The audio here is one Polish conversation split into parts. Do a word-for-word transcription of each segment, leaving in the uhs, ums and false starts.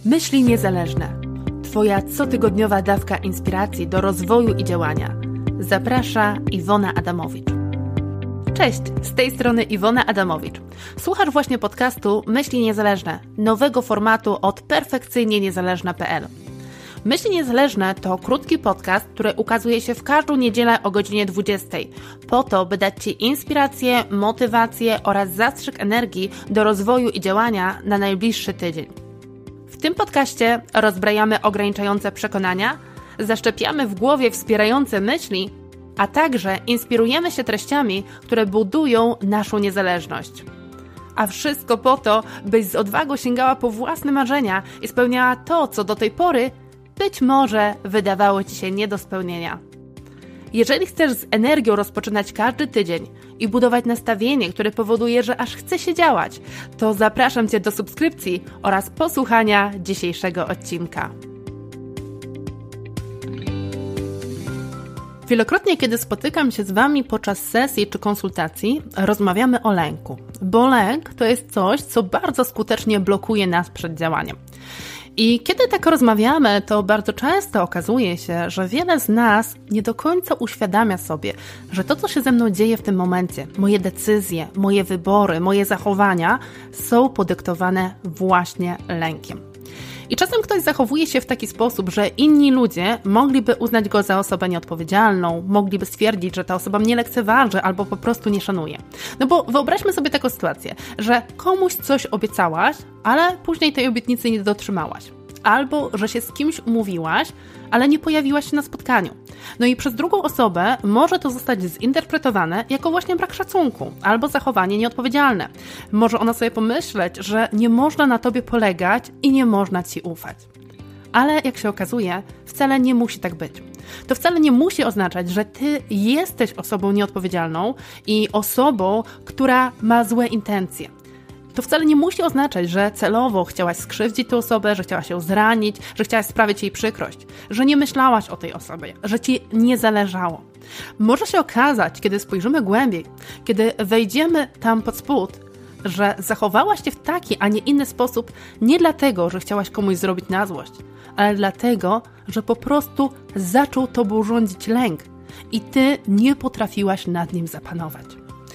Myśli niezależne. Twoja cotygodniowa dawka inspiracji do rozwoju i działania. Zaprasza Iwona Adamowicz. Cześć, z tej strony Iwona Adamowicz. Słuchasz właśnie podcastu Myśli Niezależne, nowego formatu od perfekcyjnie niezależna kropka p l. Myśli Niezależne to krótki podcast, który ukazuje się w każdą niedzielę o godzinie dwudziestej, po to, by dać Ci inspirację, motywację oraz zastrzyk energii do rozwoju i działania na najbliższy tydzień. W tym podcaście rozbrajamy ograniczające przekonania, zaszczepiamy w głowie wspierające myśli, a także inspirujemy się treściami, które budują naszą niezależność. A wszystko po to, byś z odwagą sięgała po własne marzenia i spełniała to, co do tej pory być może wydawało Ci się nie do spełnienia. Jeżeli chcesz z energią rozpoczynać każdy tydzień i budować nastawienie, które powoduje, że aż chce się działać, to zapraszam Cię do subskrypcji oraz posłuchania dzisiejszego odcinka. Wielokrotnie, kiedy spotykam się z Wami podczas sesji czy konsultacji, rozmawiamy o lęku, bo lęk to jest coś, co bardzo skutecznie blokuje nas przed działaniem. I kiedy tak rozmawiamy, to bardzo często okazuje się, że wiele z nas nie do końca uświadamia sobie, że to, co się ze mną dzieje w tym momencie, moje decyzje, moje wybory, moje zachowania są podyktowane właśnie lękiem. I czasem ktoś zachowuje się w taki sposób, że inni ludzie mogliby uznać go za osobę nieodpowiedzialną, mogliby stwierdzić, że ta osoba mnie lekceważy albo po prostu nie szanuje. No bo wyobraźmy sobie taką sytuację, że komuś coś obiecałaś, ale później tej obietnicy nie dotrzymałaś. Albo, że się z kimś umówiłaś, ale nie pojawiłaś się na spotkaniu. No i przez drugą osobę może to zostać zinterpretowane jako właśnie brak szacunku albo zachowanie nieodpowiedzialne. Może ona sobie pomyśleć, że nie można na tobie polegać i nie można ci ufać. Ale jak się okazuje, wcale nie musi tak być. To wcale nie musi oznaczać, że ty jesteś osobą nieodpowiedzialną i osobą, która ma złe intencje. To wcale nie musi oznaczać, że celowo chciałaś skrzywdzić tę osobę, że chciałaś ją zranić, że chciałaś sprawić jej przykrość, że nie myślałaś o tej osobie, że ci nie zależało. Może się okazać, kiedy spojrzymy głębiej, kiedy wejdziemy tam pod spód, że zachowałaś się w taki, a nie inny sposób nie dlatego, że chciałaś komuś zrobić na złość, ale dlatego, że po prostu zaczął tobą rządzić lęk i ty nie potrafiłaś nad nim zapanować.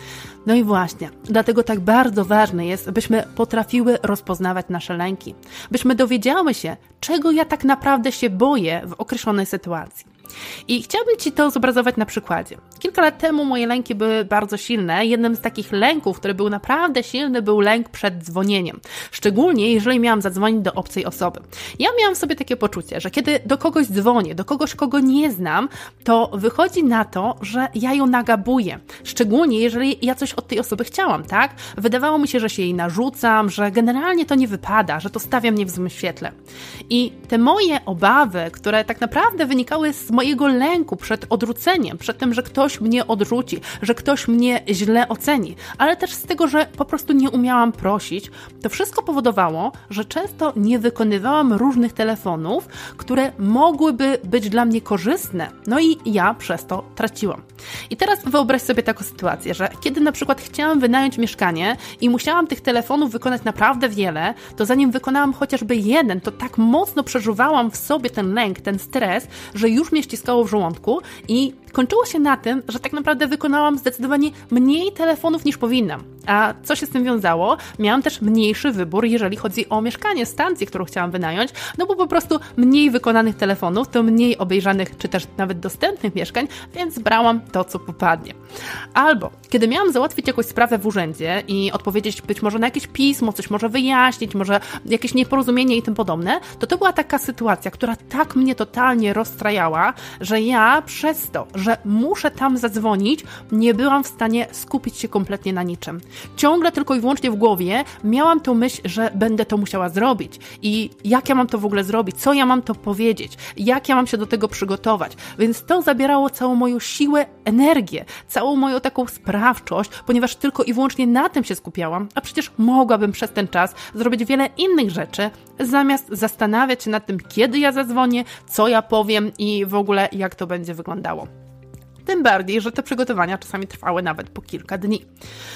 No i właśnie, dlatego tak bardzo ważne jest, byśmy potrafiły rozpoznawać nasze lęki, byśmy dowiedziały się, czego ja tak naprawdę się boję w określonej sytuacji. I chciałabym Ci to zobrazować na przykładzie. Kilka lat temu moje lęki były bardzo silne. Jednym z takich lęków, który był naprawdę silny, był lęk przed dzwonieniem. Szczególnie, jeżeli miałam zadzwonić do obcej osoby. Ja miałam w sobie takie poczucie, że kiedy do kogoś dzwonię, do kogoś, kogo nie znam, to wychodzi na to, że ja ją nagabuję. Szczególnie, jeżeli ja coś od tej osoby chciałam, tak? Wydawało mi się, że się jej narzucam, że generalnie to nie wypada, że to stawia mnie w złym świetle. I te moje obawy, które tak naprawdę wynikały z mojego lęku przed odrzuceniem, przed tym, że ktoś mnie odrzuci, że ktoś mnie źle oceni, ale też z tego, że po prostu nie umiałam prosić, to wszystko powodowało, że często nie wykonywałam różnych telefonów, które mogłyby być dla mnie korzystne, no i ja przez to traciłam. I teraz wyobraź sobie taką sytuację, że kiedy na przykład chciałam wynająć mieszkanie i musiałam tych telefonów wykonać naprawdę wiele, to zanim wykonałam chociażby jeden, to tak mocno przeżuwałam w sobie ten lęk, ten stres, że już mnie ściskało w żołądku i kończyło się na tym, że tak naprawdę wykonałam zdecydowanie mniej telefonów niż powinnam. A co się z tym wiązało? Miałam też mniejszy wybór, jeżeli chodzi o mieszkanie, stację, którą chciałam wynająć, no bo po prostu mniej wykonanych telefonów, to mniej obejrzanych, czy też nawet dostępnych mieszkań, więc brałam to, co popadnie. Albo, kiedy miałam załatwić jakąś sprawę w urzędzie i odpowiedzieć być może na jakieś pismo, coś może wyjaśnić, może jakieś nieporozumienie i tym podobne, to to była taka sytuacja, która tak mnie totalnie rozstrajała, że ja przez to, że muszę tam zadzwonić, nie byłam w stanie skupić się kompletnie na niczym. Ciągle tylko i wyłącznie w głowie miałam tą myśl, że będę to musiała zrobić i jak ja mam to w ogóle zrobić, co ja mam to powiedzieć, jak ja mam się do tego przygotować, więc to zabierało całą moją siłę, energię, całą moją taką sprawczość, ponieważ tylko i wyłącznie na tym się skupiałam, a przecież mogłabym przez ten czas zrobić wiele innych rzeczy, zamiast zastanawiać się nad tym, kiedy ja zadzwonię, co ja powiem i w ogóle jak to będzie wyglądało. Tym bardziej, że te przygotowania czasami trwały nawet po kilka dni.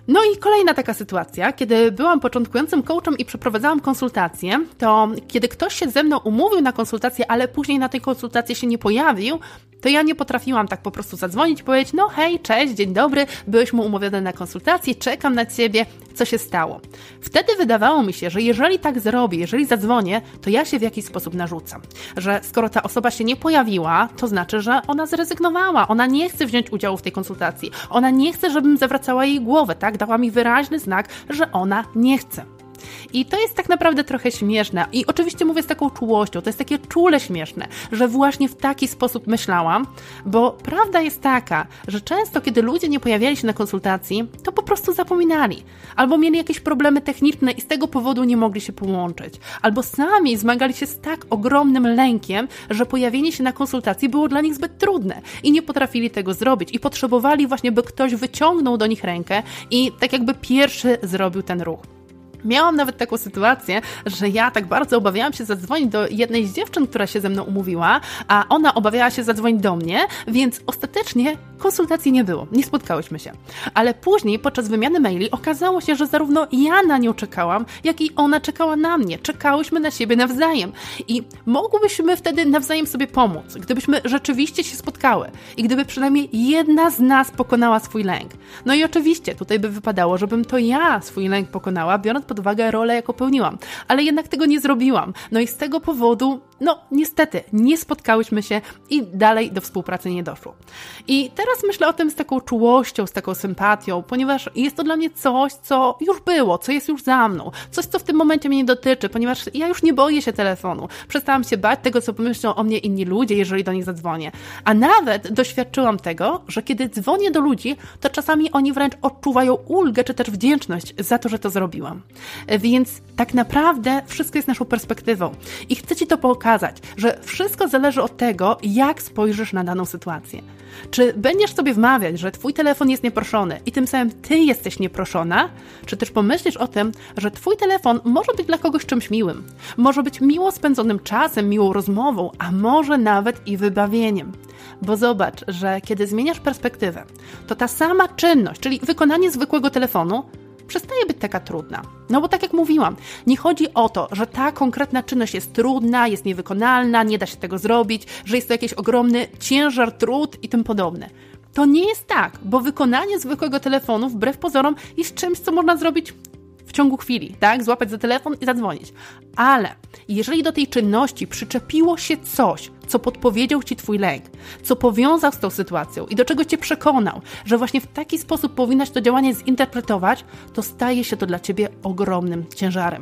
No i kolejna taka sytuacja, kiedy byłam początkującym coachem i przeprowadzałam konsultację, to kiedy ktoś się ze mną umówił na konsultację, ale później na tej konsultacji się nie pojawił, to ja nie potrafiłam tak po prostu zadzwonić i powiedzieć, no hej, cześć, dzień dobry, byłeś mu umówiony na konsultację, czekam na Ciebie, co się stało. Wtedy wydawało mi się, że jeżeli tak zrobię, jeżeli zadzwonię, to ja się w jakiś sposób narzucam. Że skoro ta osoba się nie pojawiła, to znaczy, że ona zrezygnowała, ona nie chce wziąć udziału w tej konsultacji, ona nie chce, żebym zawracała jej głowę, tak? Dała mi wyraźny znak, że ona nie chce. I to jest tak naprawdę trochę śmieszne i oczywiście mówię z taką czułością, to jest takie czule śmieszne, że właśnie w taki sposób myślałam, bo prawda jest taka, że często kiedy ludzie nie pojawiali się na konsultacji, to po prostu zapominali, albo mieli jakieś problemy techniczne i z tego powodu nie mogli się połączyć, albo sami zmagali się z tak ogromnym lękiem, że pojawienie się na konsultacji było dla nich zbyt trudne i nie potrafili tego zrobić i potrzebowali właśnie, by ktoś wyciągnął do nich rękę i tak jakby pierwszy zrobił ten ruch. Miałam nawet taką sytuację, że ja tak bardzo obawiałam się zadzwonić do jednej z dziewczyn, która się ze mną umówiła, a ona obawiała się zadzwonić do mnie, więc ostatecznie konsultacji nie było, nie spotkałyśmy się. Ale później podczas wymiany maili okazało się, że zarówno ja na nią czekałam, jak i ona czekała na mnie. Czekałyśmy na siebie nawzajem i mogłybyśmy wtedy nawzajem sobie pomóc, gdybyśmy rzeczywiście się spotkały i gdyby przynajmniej jedna z nas pokonała swój lęk. No i oczywiście tutaj by wypadało, żebym to ja swój lęk pokonała, biorąc pod uwagę rolę, jaką pełniłam. Ale jednak tego nie zrobiłam. No i z tego powodu, no niestety, nie spotkałyśmy się i dalej do współpracy nie doszło. I teraz myślę o tym z taką czułością, z taką sympatią, ponieważ jest to dla mnie coś, co już było, co jest już za mną, coś, co w tym momencie mnie nie dotyczy, ponieważ ja już nie boję się telefonu. Przestałam się bać tego, co pomyślą o mnie inni ludzie, jeżeli do nich zadzwonię. A nawet doświadczyłam tego, że kiedy dzwonię do ludzi, to czasami oni wręcz odczuwają ulgę, czy też wdzięczność za to, że to zrobiłam. Więc tak naprawdę wszystko jest naszą perspektywą. I chcę Ci to pokazać, że wszystko zależy od tego, jak spojrzysz na daną sytuację. Czy będziesz sobie wmawiać, że Twój telefon jest nieproszony i tym samym Ty jesteś nieproszona? Czy też pomyślisz o tym, że Twój telefon może być dla kogoś czymś miłym? Może być miło spędzonym czasem, miłą rozmową, a może nawet i wybawieniem. Bo zobacz, że kiedy zmieniasz perspektywę, to ta sama czynność, czyli wykonanie zwykłego telefonu, przestaje być taka trudna. No bo tak jak mówiłam, nie chodzi o to, że ta konkretna czynność jest trudna, jest niewykonalna, nie da się tego zrobić, że jest to jakiś ogromny ciężar, trud i tym podobne. To nie jest tak, bo wykonanie zwykłego telefonu wbrew pozorom jest czymś, co można zrobić w ciągu chwili, tak? Złapać za telefon i zadzwonić. Ale jeżeli do tej czynności przyczepiło się coś, co podpowiedział Ci Twój lęk, co powiązał z tą sytuacją i do czego Cię przekonał, że właśnie w taki sposób powinnaś to działanie zinterpretować, to staje się to dla Ciebie ogromnym ciężarem.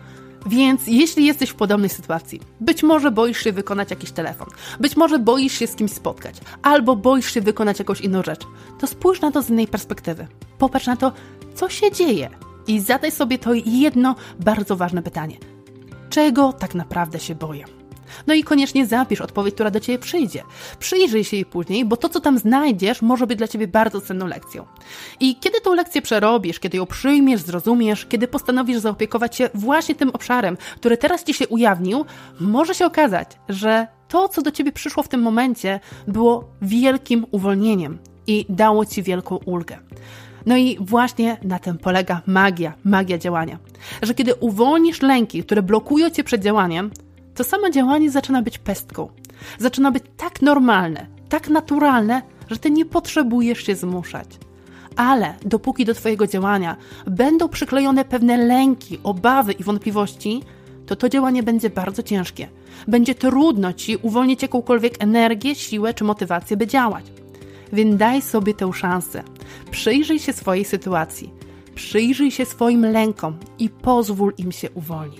Więc jeśli jesteś w podobnej sytuacji, być może boisz się wykonać jakiś telefon, być może boisz się z kimś spotkać, albo boisz się wykonać jakąś inną rzecz, to spójrz na to z innej perspektywy. Popatrz na to, co się dzieje i zadaj sobie to jedno bardzo ważne pytanie. Czego tak naprawdę się boję? No i koniecznie zapisz odpowiedź, która do Ciebie przyjdzie. Przyjrzyj się jej później, bo to, co tam znajdziesz, może być dla Ciebie bardzo cenną lekcją. I kiedy tą lekcję przerobisz, kiedy ją przyjmiesz, zrozumiesz, kiedy postanowisz zaopiekować się właśnie tym obszarem, który teraz Ci się ujawnił, może się okazać, że to, co do Ciebie przyszło w tym momencie, było wielkim uwolnieniem i dało Ci wielką ulgę. No i właśnie na tym polega magia, magia działania. Że kiedy uwolnisz lęki, które blokują Cię przed działaniem, to samo działanie zaczyna być pestką. Zaczyna być tak normalne, tak naturalne, że Ty nie potrzebujesz się zmuszać. Ale dopóki do Twojego działania będą przyklejone pewne lęki, obawy i wątpliwości, to to działanie będzie bardzo ciężkie. Będzie trudno Ci uwolnić jakąkolwiek energię, siłę czy motywację, by działać. Więc daj sobie tę szansę. Przyjrzyj się swojej sytuacji. Przyjrzyj się swoim lękom i pozwól im się uwolnić.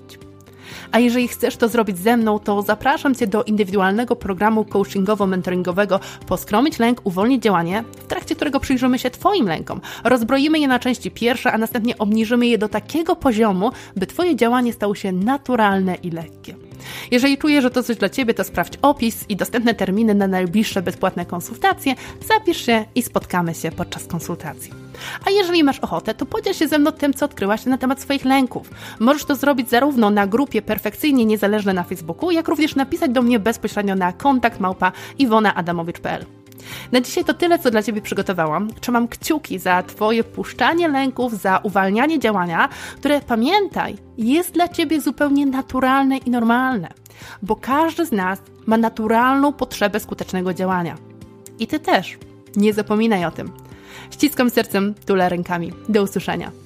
A jeżeli chcesz to zrobić ze mną, to zapraszam Cię do indywidualnego programu coachingowo-mentoringowego Poskromić lęk, uwolnić działanie, w trakcie którego przyjrzymy się Twoim lękom, rozbroimy je na części pierwsze, a następnie obniżymy je do takiego poziomu, by Twoje działanie stało się naturalne i lekkie. Jeżeli czujesz, że to coś dla Ciebie, to sprawdź opis i dostępne terminy na najbliższe bezpłatne konsultacje, zapisz się i spotkamy się podczas konsultacji. A jeżeli masz ochotę, to podziel się ze mną tym, co odkryłaś na temat swoich lęków. Możesz to zrobić zarówno na grupie Perfekcyjnie Niezależne na Facebooku, jak również napisać do mnie bezpośrednio na kontakt małpa iwona adamowicz kropka p l. Na dzisiaj to tyle, co dla Ciebie przygotowałam. Trzymam kciuki za Twoje puszczanie lęków, za uwalnianie działania, które, pamiętaj, jest dla Ciebie zupełnie naturalne i normalne, bo każdy z nas ma naturalną potrzebę skutecznego działania. I Ty też. Nie zapominaj o tym. Ściskam sercem, tulę rękami. Do usłyszenia.